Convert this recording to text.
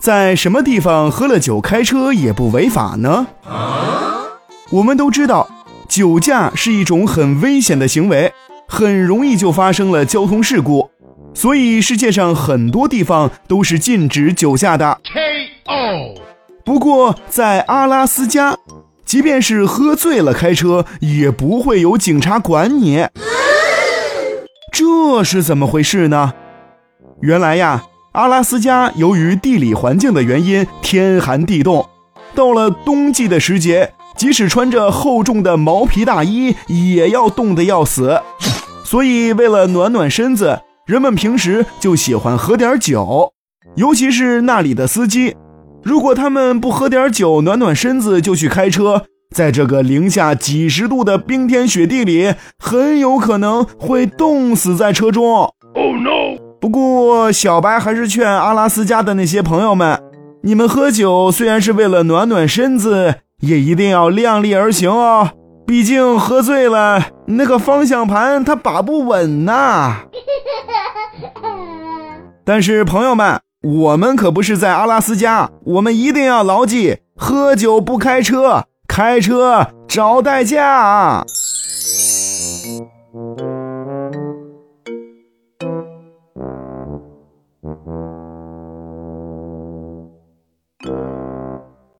在什么地方喝了酒开车也不违法呢？我们都知道，酒驾是一种很危险的行为，很容易就发生了交通事故，所以世界上很多地方都是禁止酒驾的。不过在阿拉斯加，即便是喝醉了开车，也不会有警察管你。这是怎么回事呢？原来呀，阿拉斯加由于地理环境的原因，天寒地冻，到了冬季的时节，即使穿着厚重的毛皮大衣，也要冻得要死。所以为了暖暖身子，人们平时就喜欢喝点酒，尤其是那里的司机，如果他们不喝点酒暖暖身子就去开车，在这个零下几十度的冰天雪地里，很有可能会冻死在车中。Oh no！ 不过小白还是劝阿拉斯加的那些朋友们，你们喝酒虽然是为了暖暖身子，也一定要量力而行哦，毕竟喝醉了，那个方向盘它把不稳呐。但是朋友们，我们可不是在阿拉斯加，我们一定要牢记，喝酒不开车，开车找代驾。